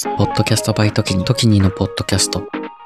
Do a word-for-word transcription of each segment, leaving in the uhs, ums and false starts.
ポッドキャストバイトキニ、トキニのポッドキャスト。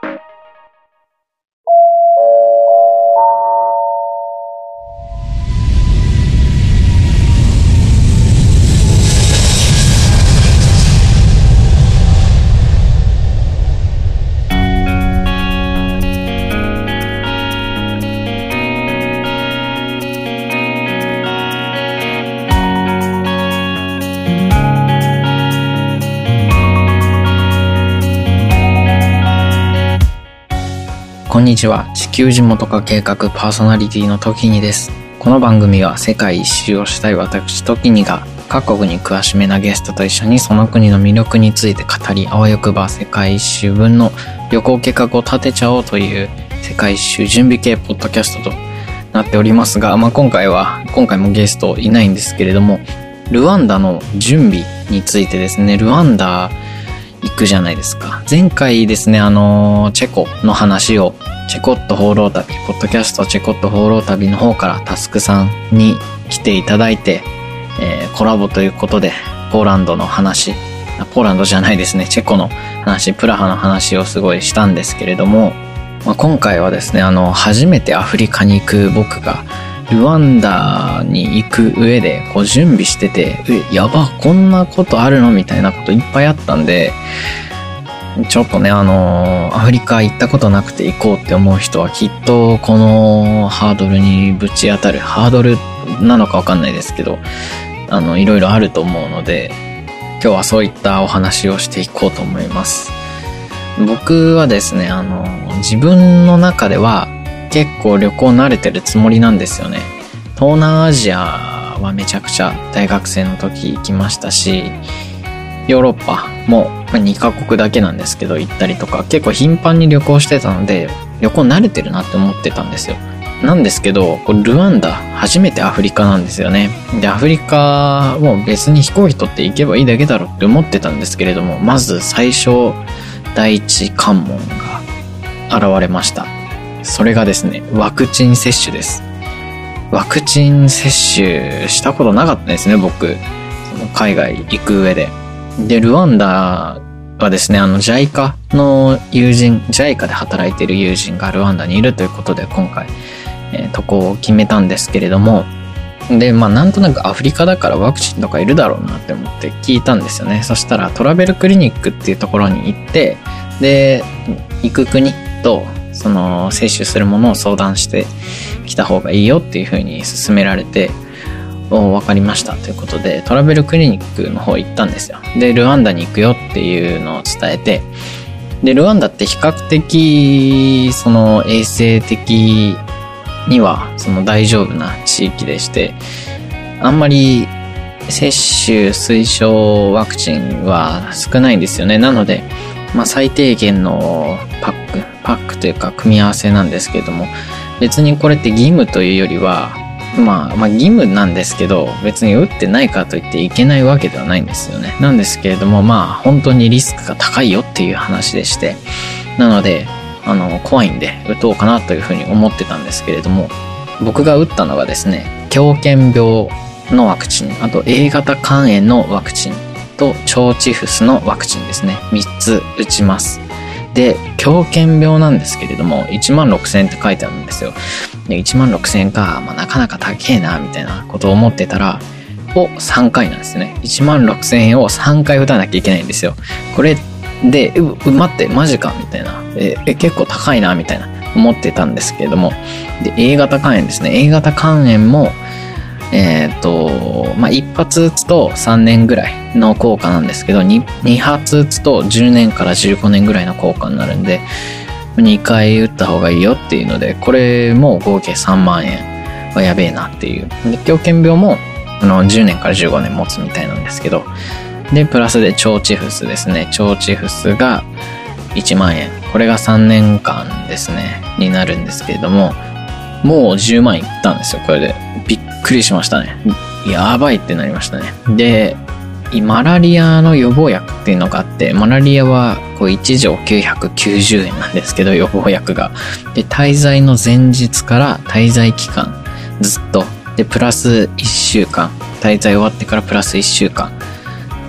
こんにちは。地球地元化計画パーソナリティのトキニです。この番組は世界一周をしたい私トキニが各国に詳しめなゲストと一緒にその国の魅力について語り、あわよくば世界一周分の旅行計画を立てちゃおうという世界一周準備系ポッドキャストとなっておりますが、まあ、今回は今回もゲストいないんですけれども、ルワンダの準備についてですね。ルワンダ行くじゃないですか。前回ですね、あのチェコの話をチェコット放浪旅、ポッドキャストチェコット放浪旅の方からタスクさんに来ていただいて、えー、コラボということでポーランドの話、ポーランドじゃないですね、チェコの話、プラハの話をすごいしたんですけれども、まあ、今回はですね、あの初めてアフリカに行く僕がルワンダに行く上でこう準備してて、え、やば、こんなことあるのみたいなこといっぱいあったんで、ちょっとね、あのー、アフリカ行ったことなくて行こうって思う人はきっとこのハードルにぶち当たる、ハードルなのかわかんないですけど、あの、いろいろあると思うので、今日はそういったお話をしていこうと思います。僕はですね、あのー、自分の中では結構旅行慣れてるつもりなんですよね。東南アジアはめちゃくちゃ大学生の時行きましたし、ヨーロッパもにカ国だけなんですけど行ったりとか、結構頻繁に旅行してたので旅行慣れてるなって思ってたんですよ。なんですけど、これルワンダ初めてアフリカなんですよね。で、アフリカも別に飛行機取って行けばいいだけだろって思ってたんですけれども、まず最初第一関門が現れました。それがですね、ワクチン接種です。ワクチン接種したことなかったですね、僕。その海外行く上で。で、ルワンダはですね、あの、ジャイカ の友人、ジャイカ で働いている友人がルワンダにいるということで、今回、えー、渡航を決めたんですけれども、で、まあ、なんとなくアフリカだからワクチンとかいるだろうなって思って聞いたんですよね。そしたら、トラベルクリニックっていうところに行って、で、行く国と、その、接種するものを相談してきた方がいいよっていう風に勧められて、分かりましたということでトラベルクリニックの方行ったんですよ。で、ルワンダに行くよっていうのを伝えて、で、ルワンダって比較的その衛生的にはその大丈夫な地域でして、あんまり接種推奨ワクチンは少ないんですよね。なので、まあ最低限のパックパックというか組み合わせなんですけれども、別にこれって義務というよりはまあ、まあ義務なんですけど、別に打ってないからといっていけないわけではないんですよね。なんですけれども、まあ本当にリスクが高いよっていう話でして、なのであの怖いんで打とうかなというふうに思ってたんですけれども、僕が打ったのがですね、狂犬病のワクチン、あと A 型肝炎のワクチンと腸チフスのワクチンですね、みっつ打ちます。で、狂犬病なんですけれどもいちまんろくせんえんって書いてあるんですよ。で、いちまんろくせんえんか、まあ、なかなか高えなみたいなことを思ってたら、をさんかいなんですね。いちまんろくせんえんをさんかい打たなきゃいけないんですよ。これで、う、う待って、マジかみたいな。え、え結構高いなみたいな思ってたんですけれども。で、A 型肝炎ですね。A 型肝炎も、えっと、まあ、一発打つとさんねんぐらいの効果なんですけど、に、二発打つとじゅうねんからじゅうごねんぐらいの効果になるんで、にかい打った方がいいよっていうので、これも合計さんまんえんはやべえなっていう。で、狂犬病もあのじゅうねんからじゅうごねん持つみたいなんですけど、で、プラスで腸チフスですね。腸チフスがいちまんえん。これがさんねんかんですね、になるんですけれども、もうじゅうまんいったんですよ、これで。びっくりしましたね。やばいってなりましたね。で、マラリアの予防薬っていうのがあって、マラリアはこういち錠きゅうひゃくきゅうじゅうえんなんですけど、予防薬が。で、滞在の前日から滞在期間ずっと。で、プラスいっしゅうかん。滞在終わってからプラスいっしゅうかん。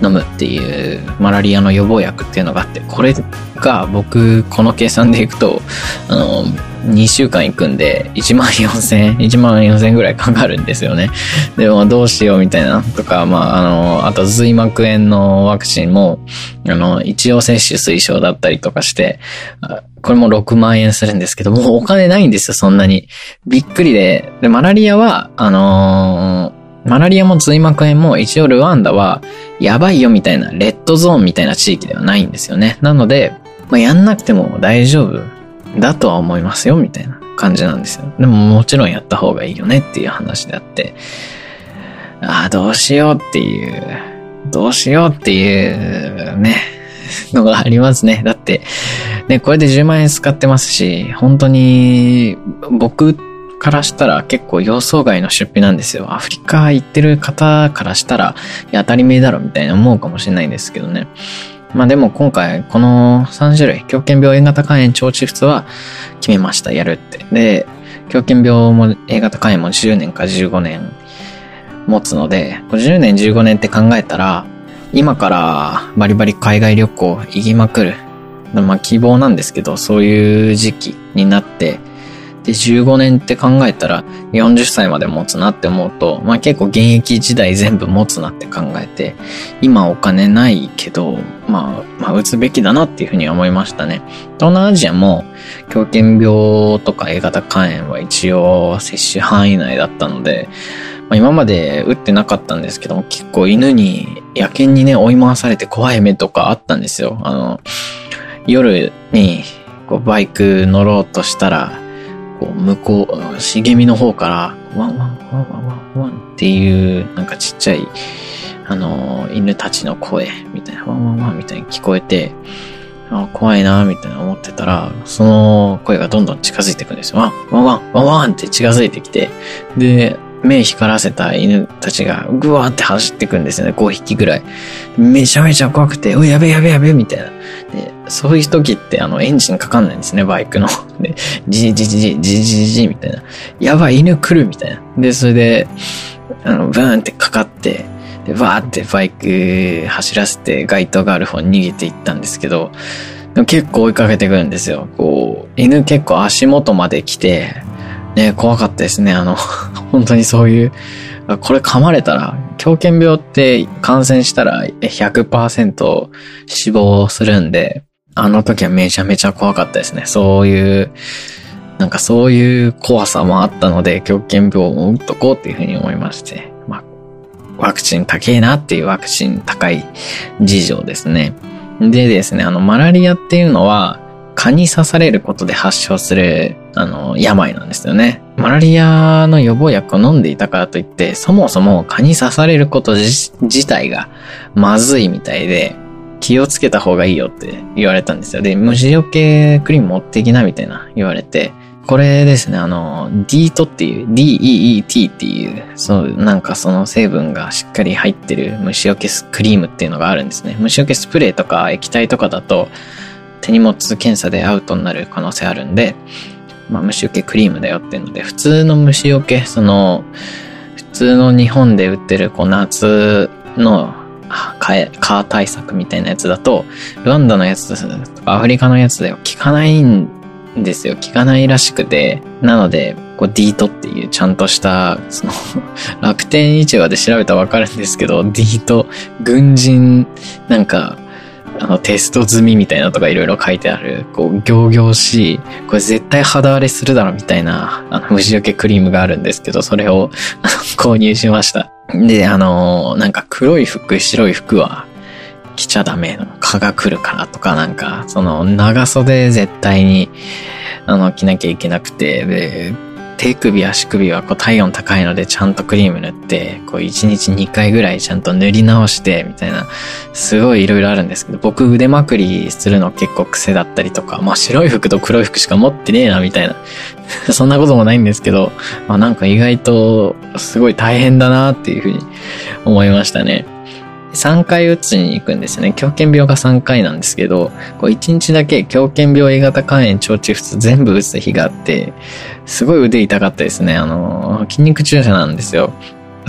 飲むっていうマラリアの予防薬っていうのがあって、これが僕この計算でいくとあのにしゅうかん行くんでいちまんよんせんえんいちまんよんせんえんぐらいかかるんですよね。でもどうしようみたいなとか、まああのあと髄膜炎のワクチンもあの一応接種推奨だったりとかして、これもろくまんえんするんですけど、もうお金ないんですよ、そんなに。びっくりで、でマラリアはあのーマラリアも髄膜炎も一応ルワンダはやばいよみたいなレッドゾーンみたいな地域ではないんですよね。なので、まあ、やんなくても大丈夫だとは思いますよみたいな感じなんですよ。でももちろんやった方がいいよねっていう話であって、ああどうしようっていう、どうしようっていうね、のがありますね。だって、ね、これでじゅうまんえん使ってますし、本当に僕からしたら結構予想外の出費なんですよ。アフリカ行ってる方からしたら、いや当たり前だろみたいな思うかもしれないんですけどね。まあでも今回このさん種類、狂犬病 A 型肝炎腸チフスは決めました、やるって。で、狂犬病も A 型肝炎もじゅうねんかじゅうごねん持つので、じゅうねんじゅうごねんって考えたら、今からバリバリ海外旅行行きまくる。まあ希望なんですけど、そういう時期になって、で、じゅうごねんって考えたらよんじゅっさいまで持つなって思うと、まあ結構現役時代全部持つなって考えて、今お金ないけど、まあ、まあ打つべきだなっていうふうに思いましたね。東南アジアも狂犬病とか A 型肝炎は一応接種範囲内だったので、まあ、今まで打ってなかったんですけども、結構犬に、野犬にね追い回されて怖い目とかあったんですよ。あの、夜にこうバイク乗ろうとしたら、こう向こう、茂みの方から、ワンワンワンワンワンワンっていう、なんかちっちゃい、あの、犬たちの声みたいな、ワンワンワンみたいに聞こえて、あ怖いなみたいな思ってたら、その声がどんどん近づいていくんですよ。ワンワンワンワンワンって近づいてきて、で、目光らせた犬たちがぐわーって走ってくんですよね。ごひきぐらい。めちゃめちゃ怖くて、おいやべやべやべみたいな。で、そういう時ってあのエンジンかかんないんですね、バイクの。で、ジジジジジジジみたいな。やばい、犬来るみたいな。で、それで、あの、ブーンってかかって、で、バーってバイク走らせて街灯がある方に逃げていったんですけど、でも結構追いかけてくるんですよ。こう、犬結構足元まで来て、ね、怖かったですね。あの、本当にそういう、これ噛まれたら、狂犬病って感染したら ひゃくパーセント 死亡するんで、あの時はめちゃめちゃ怖かったですね。そういう、なんかそういう怖さもあったので、狂犬病を打っとこうっていうふうに思いまして、まあ、ワクチン高いなっていうワクチン高い事情ですね。でですね、あの、マラリアっていうのは、蚊に刺されることで発症する、あの、病なんですよね。マラリアの予防薬を飲んでいたからといって、そもそも蚊に刺されること自, 自体がまずいみたいで、気をつけた方がいいよって言われたんですよ。で、虫除けクリーム持ってきなみたいな言われて、これですね、あの、ディート っていう、ディーイーイーティー っていう、そう、なんかその成分がしっかり入ってる虫除けクリームっていうのがあるんですね。虫除けスプレーとか液体とかだと、手荷物検査でアウトになる可能性あるんで、まあ、虫除けクリームだよっていうので、普通の虫除け、その、普通の日本で売ってる、こう、夏の蚊対策みたいなやつだと、ルワンダのやつとかアフリカのやつでは効かないんですよ。効かないらしくて、なので、こう、ディートっていうちゃんとした、その、楽天市場で調べたらわかるんですけど、ディート、軍人、なんか、あの、テスト済みみたいなとかいろいろ書いてある、こう、仰々しい、これ絶対肌荒れするだろみたいな、あの、虫除けクリームがあるんですけど、それを購入しました。で、あの、なんか黒い服、白い服は着ちゃダメ、蚊が来るからとか、なんか、その、長袖絶対に、あの、着なきゃいけなくて、で、手首足首はこう体温高いのでちゃんとクリーム塗って、こういちにちにかいぐらいちゃんと塗り直して、みたいな、すごいいろいろあるんですけど、僕腕まくりするの結構癖だったりとか、まあ白い服と黒い服しか持ってねえな、みたいな。そんなこともないんですけど、まあなんか意外とすごい大変だなっていうふうに思いましたね。さんかい打つに行くんですね。狂犬病がさんかいなんですけど、こういちにちだけ狂犬病 A 型肝炎腸チフス全部打つ日があって、すごい腕痛かったですね。あの、筋肉注射なんですよ。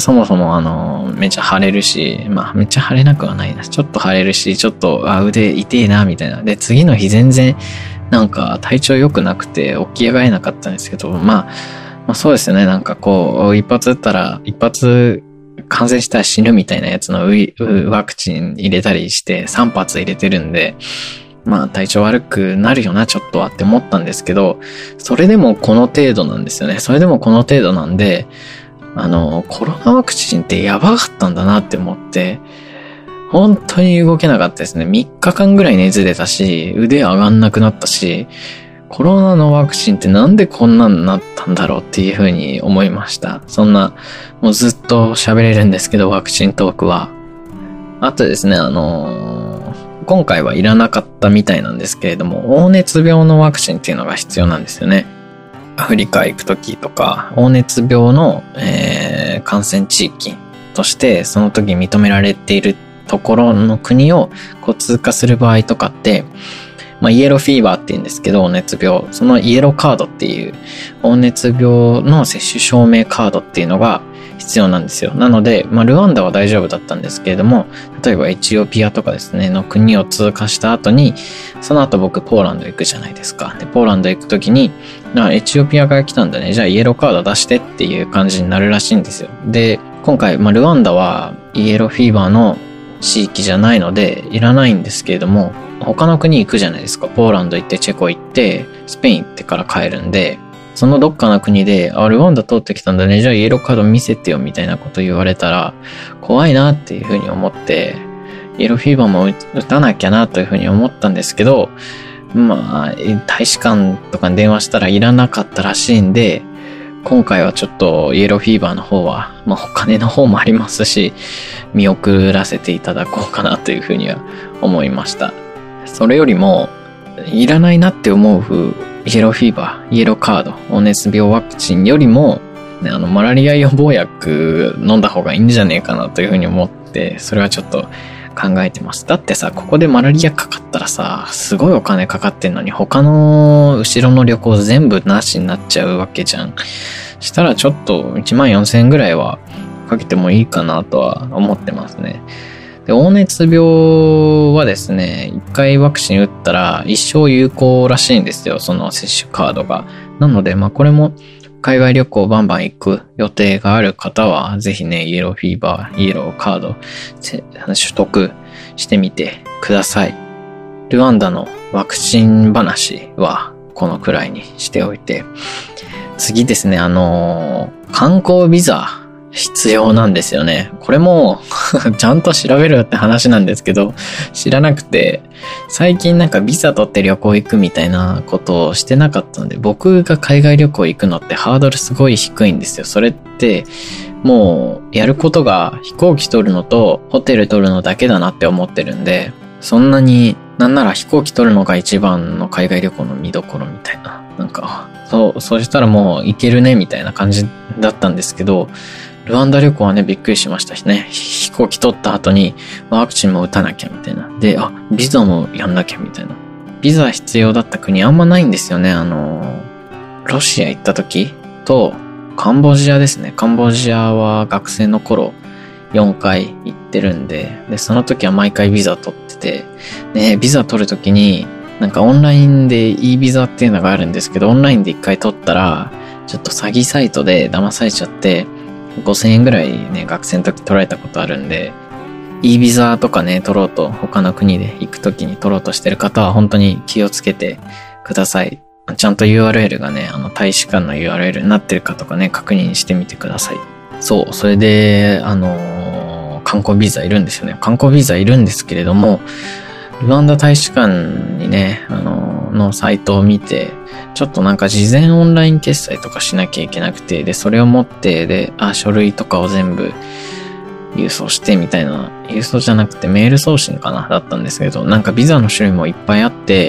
そもそもあの、めっちゃ腫れるし、まあめっちゃ腫れなくはないな。ちょっと腫れるし、ちょっと、あ、腕痛えな、みたいな。で、次の日全然、なんか体調良くなくて起き上がれなかったんですけど、まあ、まあそうですね。なんかこう、一発打ったら、一発感染したら死ぬみたいなやつのウイワクチン入れたりしてさん発入れてるんで、まあ体調悪くなるよな、ちょっとはって思ったんですけど、それでもこの程度なんですよね。それでもこの程度なんで、あの、コロナワクチンってやばかったんだなって思って、本当に動けなかったですね。みっかかんぐらい熱出たし、腕上がんなくなったし、コロナのワクチンってなんでこんなになったんだろうっていうふうに思いました。そんな、もうずっと喋れるんですけど、ワクチントークは。あとですね、あのー、今回はいらなかったみたいなんですけれども、黄熱病のワクチンっていうのが必要なんですよね。アフリカ行くときとか、黄熱病の、えー、感染地域として、その時認められているところの国をこう通過する場合とかって、まあ、イエローフィーバーって言うんですけど、黄熱病。そのイエローカードっていう、黄熱病の接種証明カードっていうのが必要なんですよ。なので、まあ、ルワンダは大丈夫だったんですけれども、例えばエチオピアとかですね、の国を通過した後に、その後僕ポーランド行くじゃないですか。で、ポーランド行くときに、エチオピアから来たんだね。じゃあイエローカード出してっていう感じになるらしいんですよ。で、今回、まあ、ルワンダはイエローフィーバーの地域じゃないので、いらないんですけれども、他の国行くじゃないですか。ポーランド行って、チェコ行って、スペイン行ってから帰るんで、そのどっかの国で、あ、ルワンダ通ってきたんだね。じゃあイエローカード見せてよみたいなこと言われたら、怖いなっていうふうに思って、イエローフィーバーも打たなきゃなというふうに思ったんですけど、まあ、大使館とかに電話したらいらなかったらしいんで、今回はちょっとイエローフィーバーの方は、まあお金の方もありますし、見送らせていただこうかなというふうには思いました。それよりも、いらないなって思うイエローフィーバー、イエローカード、黄熱病ワクチンよりも、ね、あの、マラリア予防薬飲んだ方がいいんじゃねえかなというふうに思って、それはちょっと考えてます。だってさ、ここでマラリアかかったらさ、すごいお金かかってんのに、他の後ろの旅行全部なしになっちゃうわけじゃん。したらちょっといちまんよんせんえんぐらいはかけてもいいかなとは思ってますね。で、黄熱病はですね、一回ワクチン打ったら一生有効らしいんですよ、その接種カードが。なので、まあこれも海外旅行バンバン行く予定がある方は、ぜひね、イエローフィーバー、イエローカード取得してみてください。ルワンダのワクチン話はこのくらいにしておいて、次ですね、あのー、観光ビザ必要なんですよね。これもちゃんと調べるって話なんですけど、知らなくて、最近なんかビザ取って旅行行くみたいなことをしてなかったんで、僕が海外旅行行くのってハードルすごい低いんですよ。それってもうやることが飛行機取るのとホテル取るのだけだなって思ってるんで、そんなになんなら飛行機取るのが一番の海外旅行の見どころみたいな、なんかそうそうしたらもう行けるねみたいな感じだったんですけど、ルワンダ旅行はね、びっくりしましたしね。飛行機取った後に、ワクチンも打たなきゃみたいな。で、あ、ビザもやんなきゃみたいな。ビザ必要だった国あんまないんですよね。あの、ロシア行った時と、カンボジアですね。カンボジアは学生の頃、よんかい行ってるんで、で、その時は毎回ビザ取ってて、ね、ビザ取る時に、なんかオンラインで e ビザっていうのがあるんですけど、オンラインで一回取ったら、ちょっと詐欺サイトで騙されちゃって、ごせんえんぐらいね、学生の時取られたことあるんで、e ビザとかね、取ろうと、他の国で行く時に取ろうとしてる方は本当に気をつけてください。ちゃんと ユーアールエル がね、あの、大使館の ユーアールエル になってるかとかね、確認してみてください。そう、それで、あのー、観光ビザいるんですよね。観光ビザいるんですけれども、ルワンダ大使館にね、あのー、のサイトを見て、ちょっとなんか事前オンライン決済とかしなきゃいけなくて、で、それを持って、で、あ、書類とかを全部郵送してみたいな、郵送じゃなくてメール送信かなだったんですけど、なんかビザの種類もいっぱいあって、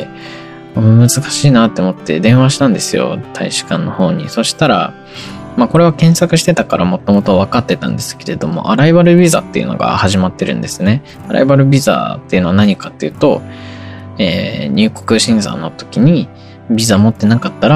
難しいなって思って電話したんですよ、大使館の方に。そしたら、まあこれは検索してたからもともと分かってたんですけれども、アライバルビザっていうのが始まってるんですね。アライバルビザっていうのは何かっていうと、えー、入国審査の時にビザ持ってなかったら、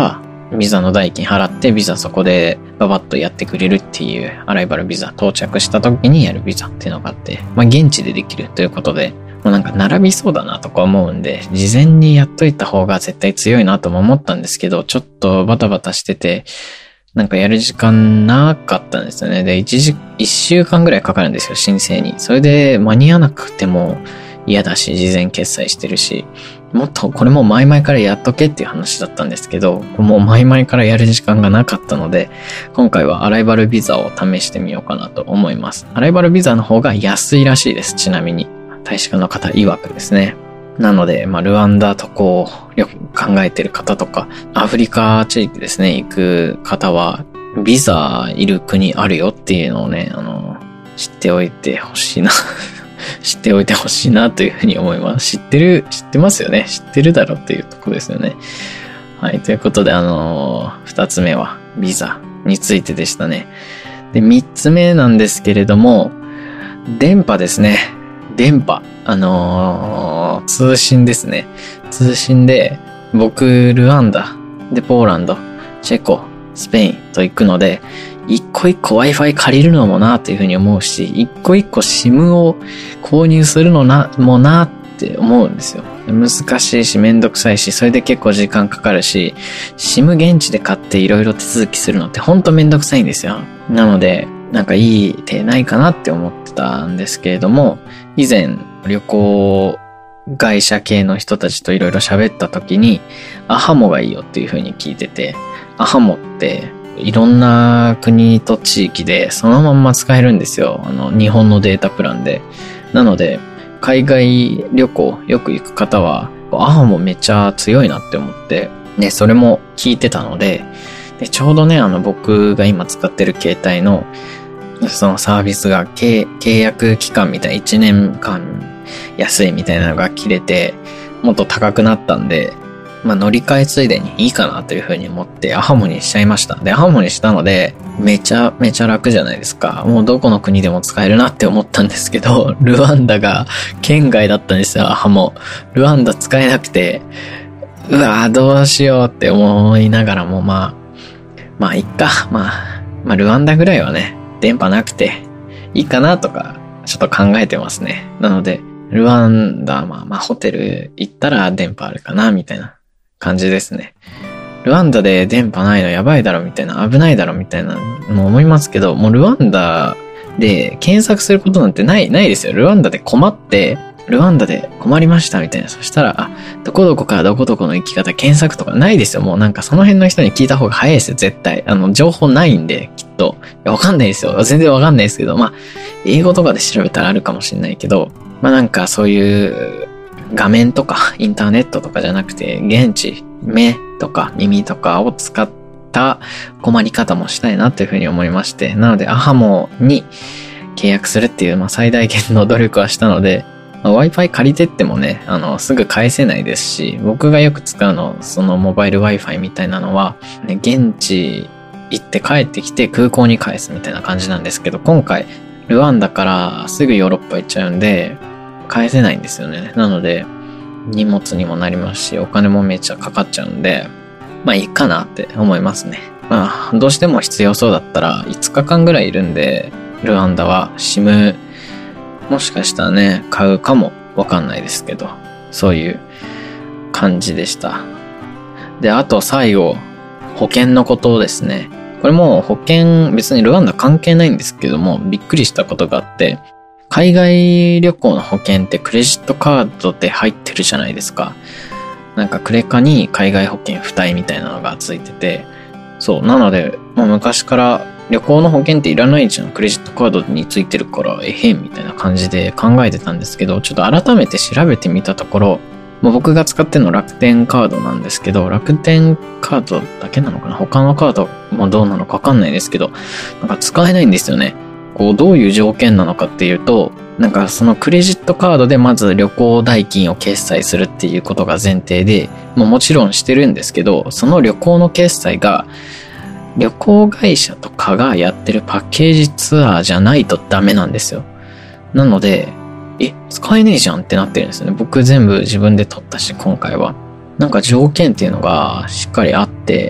ビザの代金払ってビザそこでババッとやってくれるっていうアライバルビザ、到着した時にやるビザっていうのがあって、まあ現地でできるということで、もうなんか並びそうだなとか思うんで、事前にやっといた方が絶対強いなとも思ったんですけど、ちょっとバタバタしてて、なんかやる時間なかったんですよね。で、一時、一週間ぐらいかかるんですよ、申請に。それで間に合わなくても嫌だし、事前決済してるし、もっとこれも前々からやっとけっていう話だったんですけど、もう前々からやる時間がなかったので、今回はアライバルビザを試してみようかなと思います。アライバルビザの方が安いらしいです、ちなみに。大使館の方曰くですね。なので、まあ、ルワンダとこう、よく考えてる方とか、アフリカ地域ですね、行く方は、ビザいる国あるよっていうのをね、あの、知っておいてほしいな。知っておいてほしいなというふうに思います。知ってる、知ってますよね。知ってるだろうっていうとこですよね。はい。ということで、あのー、二つ目はビザについてでしたね。で、三つ目なんですけれども、電波ですね。電波。あのー、通信ですね。通信で、僕、ルワンダ、で、ポーランド、チェコ、スペインと行くので、一個一個 Wi-Fi 借りるのもなっていうふうに思うし、一個一個 SIM を購入するのな、もなって思うんですよ。難しいしめんどくさいし、それで結構時間かかるし、SIM 現地で買っていろいろ手続きするのってほんとめんどくさいんですよ。なので、なんかいい手ないかなって思ってたんですけれども、以前旅行会社系の人たちといろいろ喋った時に、アハモがいいよっていうふうに聞いてて、アハモっていろんな国と地域でそのまんま使えるんですよ。あの、日本のデータプランで。なので、海外旅行よく行く方は、アハモめっちゃ強いなって思って、ね、それも聞いてたので、で、ちょうどね、あの、僕が今使ってる携帯の、そのサービスが契約期間みたいな、いちねんかん安いみたいなのが切れて、もっと高くなったんで、まあ乗り換えついでにいいかなというふうに思ってアハモにしちゃいました。で、アハモにしたので、めちゃめちゃ楽じゃないですか。もうどこの国でも使えるなって思ったんですけど、ルワンダが県外だったんですよ、アハモ。ルワンダ使えなくて、うわぁ、どうしようって思いながらも、まあ、まあ、いっか。まあ、まあ、ルワンダぐらいはね、電波なくていいかなとか、ちょっと考えてますね。なので、ルワンダ、まあまあ、ホテル行ったら電波あるかな、みたいな感じですね。ルワンダで電波ないのやばいだろ、みたいな、危ないだろ、みたいなの思いますけど、もうルワンダで検索することなんてない、ないですよ。ルワンダで困って、ルワンダで困りましたみたいな。そしたら、あ、どこどこからどこどこの行き方検索とかないですよ。もうなんかその辺の人に聞いた方が早いですよ、絶対。あの、情報ないんで、きっと。いや、わかんないですよ。全然わかんないですけど、まあ、英語とかで調べたらあるかもしれないけど、まあなんかそういう画面とかインターネットとかじゃなくて、現地、目とか耳とかを使った困り方もしたいなというふうに思いまして、なので、アハモに契約するっていう、まあ最大限の努力はしたので、まあ、Wi-Fi 借りてってもね、あの、すぐ返せないですし、僕がよく使うの、そのモバイル Wi-Fi みたいなのは、ね、現地行って帰ってきて空港に返すみたいな感じなんですけど、今回、ルワンダからすぐヨーロッパ行っちゃうんで、返せないんですよね。なので、荷物にもなりますし、お金もめっちゃかかっちゃうんで、まあいいかなって思いますね。まあ、どうしても必要そうだったら、いつかかんぐらいいるんで、ルワンダは SIM、もしかしたらね、買うかもわかんないですけど、そういう感じでした。で、あと最後、保険のことですね。これも保険、別にルワンダ関係ないんですけども、びっくりしたことがあって、海外旅行の保険ってクレジットカードで入ってるじゃないですか。なんかクレカに海外保険付帯みたいなのがついてて、そう、なので、もう昔から旅行の保険っていらないじゃん。クレジットカードについてるから、えへんみたいな感じで考えてたんですけど、ちょっと改めて調べてみたところ、もう僕が使ってるの楽天カードなんですけど、楽天カードだけなのかな？他のカードもどうなのかわかんないですけど、なんか使えないんですよね。こう、どういう条件なのかっていうと、なんかそのクレジットカードでまず旅行代金を決済するっていうことが前提で、もうもちろんしてるんですけど、その旅行の決済が、旅行会社とかがやってるパッケージツアーじゃないとダメなんですよ。なので、え、使えねえじゃんってなってるんですよね。僕全部自分で取ったし、今回は。 なんか条件っていうのがしっかりあって、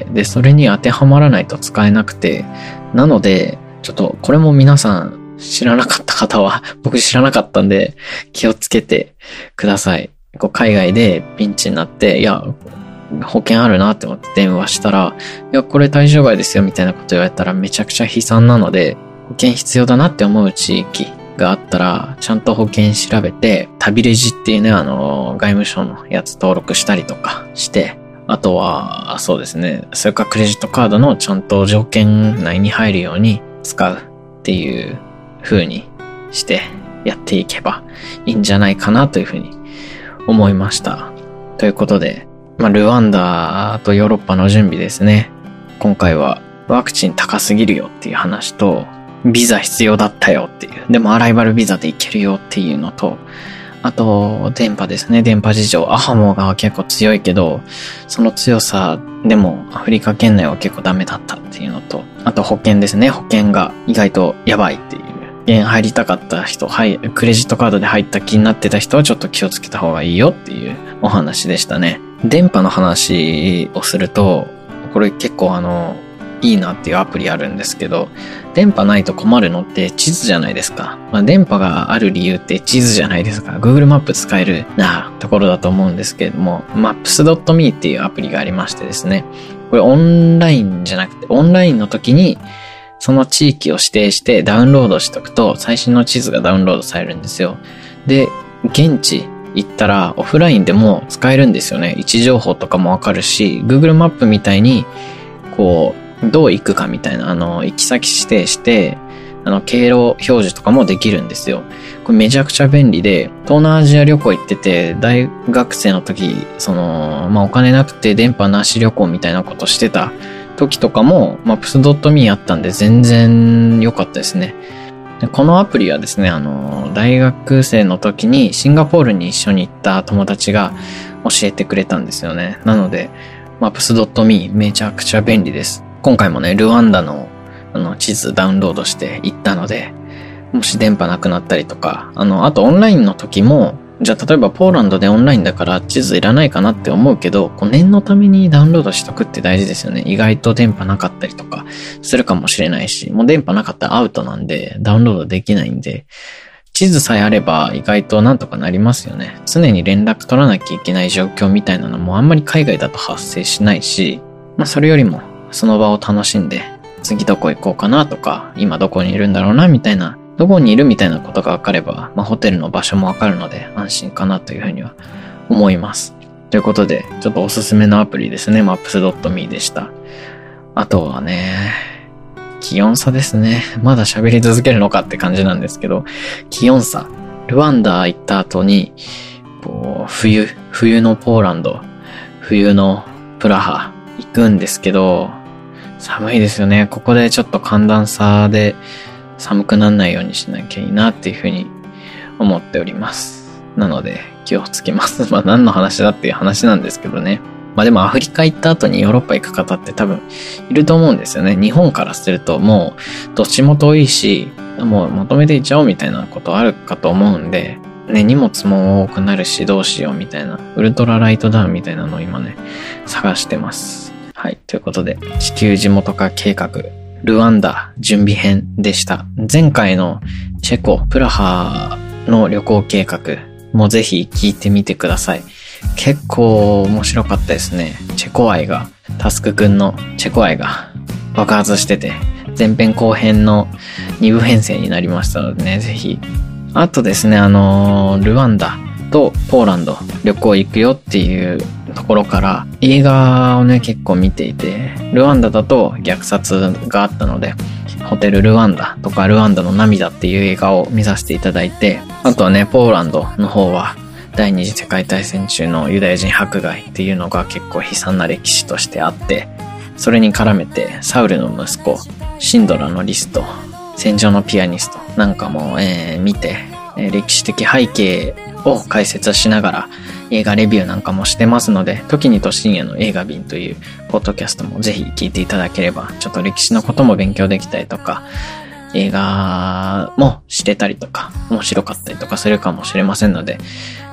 で、それに当てはまらないと使えなくて、なので、ちょっとこれも皆さん知らなかった方は、僕知らなかったんで気をつけてください。こう海外でピンチになって、いや、保険あるなって思って電話したら、いや、これ対象外ですよみたいなこと言われたらめちゃくちゃ悲惨なので、保険必要だなって思う地域があったら、ちゃんと保険調べて、旅レジっていうね、あの、外務省のやつ登録したりとかして、あとは、そうですね、それからクレジットカードのちゃんと条件内に入るように使うっていう風にしてやっていけばいいんじゃないかなという風に思いました。ということで、まあ、ルワンダとヨーロッパの準備ですね。今回はワクチン高すぎるよっていう話と、ビザ必要だったよっていう。でもアライバルビザで行けるよっていうのと、あと、電波ですね。電波事情。アハモが結構強いけど、その強さでもアフリカ圏内は結構ダメだったっていうのと、あと保険ですね。保険が意外とやばいっていう。保険入りたかった人、はい、クレジットカードで入った気になってた人はちょっと気をつけた方がいいよっていうお話でしたね。電波の話をすると、これ結構あの、いいなっていうアプリあるんですけど、電波ないと困るのって地図じゃないですか。まあ、電波がある理由って地図じゃないですか。Google マップ使えるなところだと思うんですけれども、マップスドットミー っていうアプリがありましてですね。これオンラインじゃなくて、オンラインの時にその地域を指定してダウンロードしとくと最新の地図がダウンロードされるんですよ。で、現地行ったらオフラインでも使えるんですよね。位置情報とかもわかるし、Google マップみたいにこう、どう行くかみたいな、あの、行き先指定して、あの、経路表示とかもできるんですよ。これめちゃくちゃ便利で、東南アジア旅行行ってて、大学生の時、その、まあ、お金なくて電波なし旅行みたいなことしてた時とかも、マップスドットミー あったんで全然良かったですね。でこのアプリはですね、あの、大学生の時にシンガポールに一緒に行った友達が教えてくれたんですよね。なので、マップスドットミー めちゃくちゃ便利です。今回もね、ルワンダのあの地図ダウンロードして行ったので、もし電波なくなったりとか、あの、あとオンラインの時も、じゃあ例えばポーランドでオンラインだから地図いらないかなって思うけど、こう念のためにダウンロードしとくって大事ですよね。意外と電波なかったりとかするかもしれないし、もう電波なかったらアウトなんでダウンロードできないんで、地図さえあれば意外となんとかなりますよね。常に連絡取らなきゃいけない状況みたいなのもあんまり海外だと発生しないし、まあそれよりもその場を楽しんで、次どこ行こうかなとか、今どこにいるんだろうなみたいな、どこにいるみたいなことが分かれば、まあホテルの場所も分かるので安心かなというふうには思います。ということで、ちょっとおすすめのアプリですね。マップスドットミー でした。あとはね、気温差ですね。まだ喋り続けるのかって感じなんですけど、気温差。ルワンダ行った後に、こう、冬、冬のポーランド、冬のプラハ行くんですけど、寒いですよね。ここでちょっと寒暖差で寒くならないようにしなきゃいいなっていうふうに思っております。なので気をつけます。まあ何の話だっていう話なんですけどね。まあでもアフリカ行った後にヨーロッパ行く方って多分いると思うんですよね。日本からするともうどっちも遠いし、もうまとめて行っちゃおうみたいなことあるかと思うんで、ね、荷物も多くなるしどうしようみたいな、ウルトラライトダウンみたいなのを今ね、探してます。はい。ということで、地球地元化計画、ルワンダ準備編でした。前回のチェコ、プラハの旅行計画もぜひ聞いてみてください。結構面白かったですね。チェコ愛が、タスクくんのチェコ愛が爆発してて、前編後編のに部編成になりましたのでね、ぜひ。あとですね、あのー、ルワンダとポーランド旅行行くよっていうところから映画をね結構見ていて、ルワンダだと虐殺があったのでホテルルワンダとかルワンダの涙っていう映画を見させていただいて、あとはねポーランドの方は第二次世界大戦中のユダヤ人迫害っていうのが結構悲惨な歴史としてあって、それに絡めてサウルの息子シンドラのリスト、戦場のピアニストなんかも、えー、見て、えー、歴史的背景を解説しながら映画レビューなんかもしてますので、時にと深夜の映画便というポッドキャストもぜひ聞いていただければ、ちょっと歴史のことも勉強できたりとか、映画も知れたりとか面白かったりとかするかもしれませんので、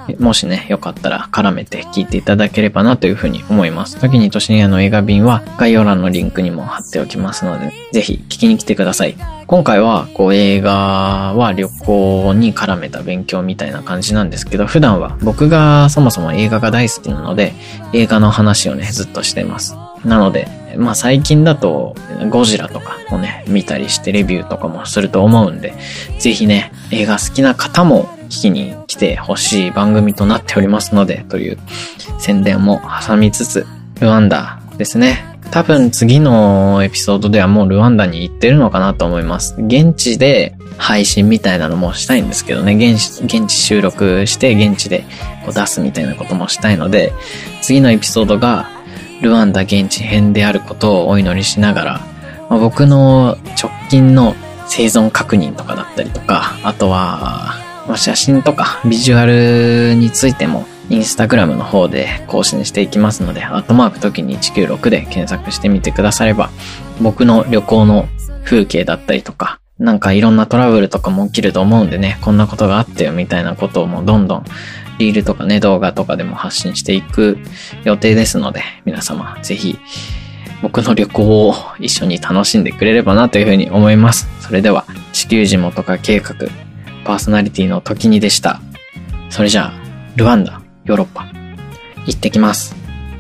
もしね、よかったら絡めて聞いていただければなというふうに思います。時にとしにやの映画便は概要欄のリンクにも貼っておきますので、ぜひ聞きに来てください。今回はこう映画は旅行に絡めた勉強みたいな感じなんですけど、普段は僕がそもそも映画が大好きなので、映画の話をね、ずっとしてます。なので、まあ最近だとゴジラとかをね、見たりしてレビューとかもすると思うんで、ぜひね、映画好きな方も聞きに来てほしい番組となっておりますので、という宣伝も挟みつつ、ルワンダですね。多分次のエピソードではもうルワンダに行ってるのかなと思います。現地で配信みたいなのもしたいんですけどね、現地、現地収録して現地でこう出すみたいなこともしたいので、次のエピソードがルワンダ現地編であることをお祈りしながら、まあ、僕の直近の生存確認とかだったりとか、あとは、まあ、写真とかビジュアルについてもインスタグラムの方で更新していきますので、アットマーク時にいちきゅうろくで検索してみてくだされば、僕の旅行の風景だったりとか、なんかいろんなトラブルとかも起きると思うんでね、こんなことがあったよみたいなことをもうどんどんリールとかね、動画とかでも発信していく予定ですので、皆様ぜひ僕の旅行を一緒に楽しんでくれればなというふうに思います。それでは、地球地元化計画パーソナリティの時にでした。それじゃあ、ルワンダ、ヨーロッパ、行ってきます。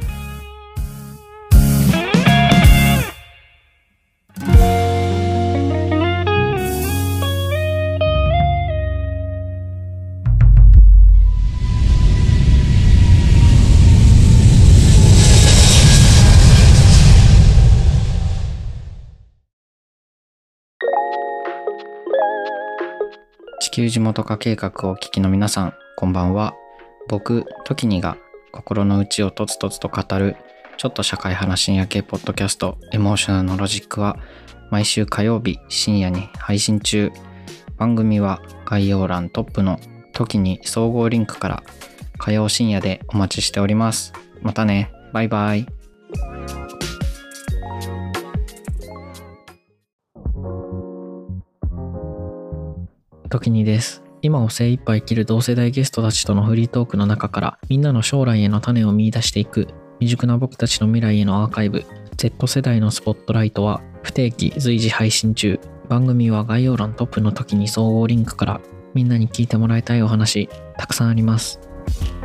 地球地元化計画をお聞きの皆さん、こんばんは。僕、トキニが心の内をとつとつと語るちょっと社会派深夜系ポッドキャストエモーショナルのロジックは毎週火曜日深夜に配信中。番組は概要欄トップのトキニ総合リンクから火曜深夜でお待ちしております。またね。バイバイ。時にです。今を精一杯生きる同世代ゲストたちとのフリートークの中からみんなの将来への種を見出していく未熟な僕たちの未来へのアーカイブ Z 世代のスポットライトは不定期随時配信中。番組は概要欄トップの時に総合リンクからみんなに聞いてもらいたいお話たくさんあります。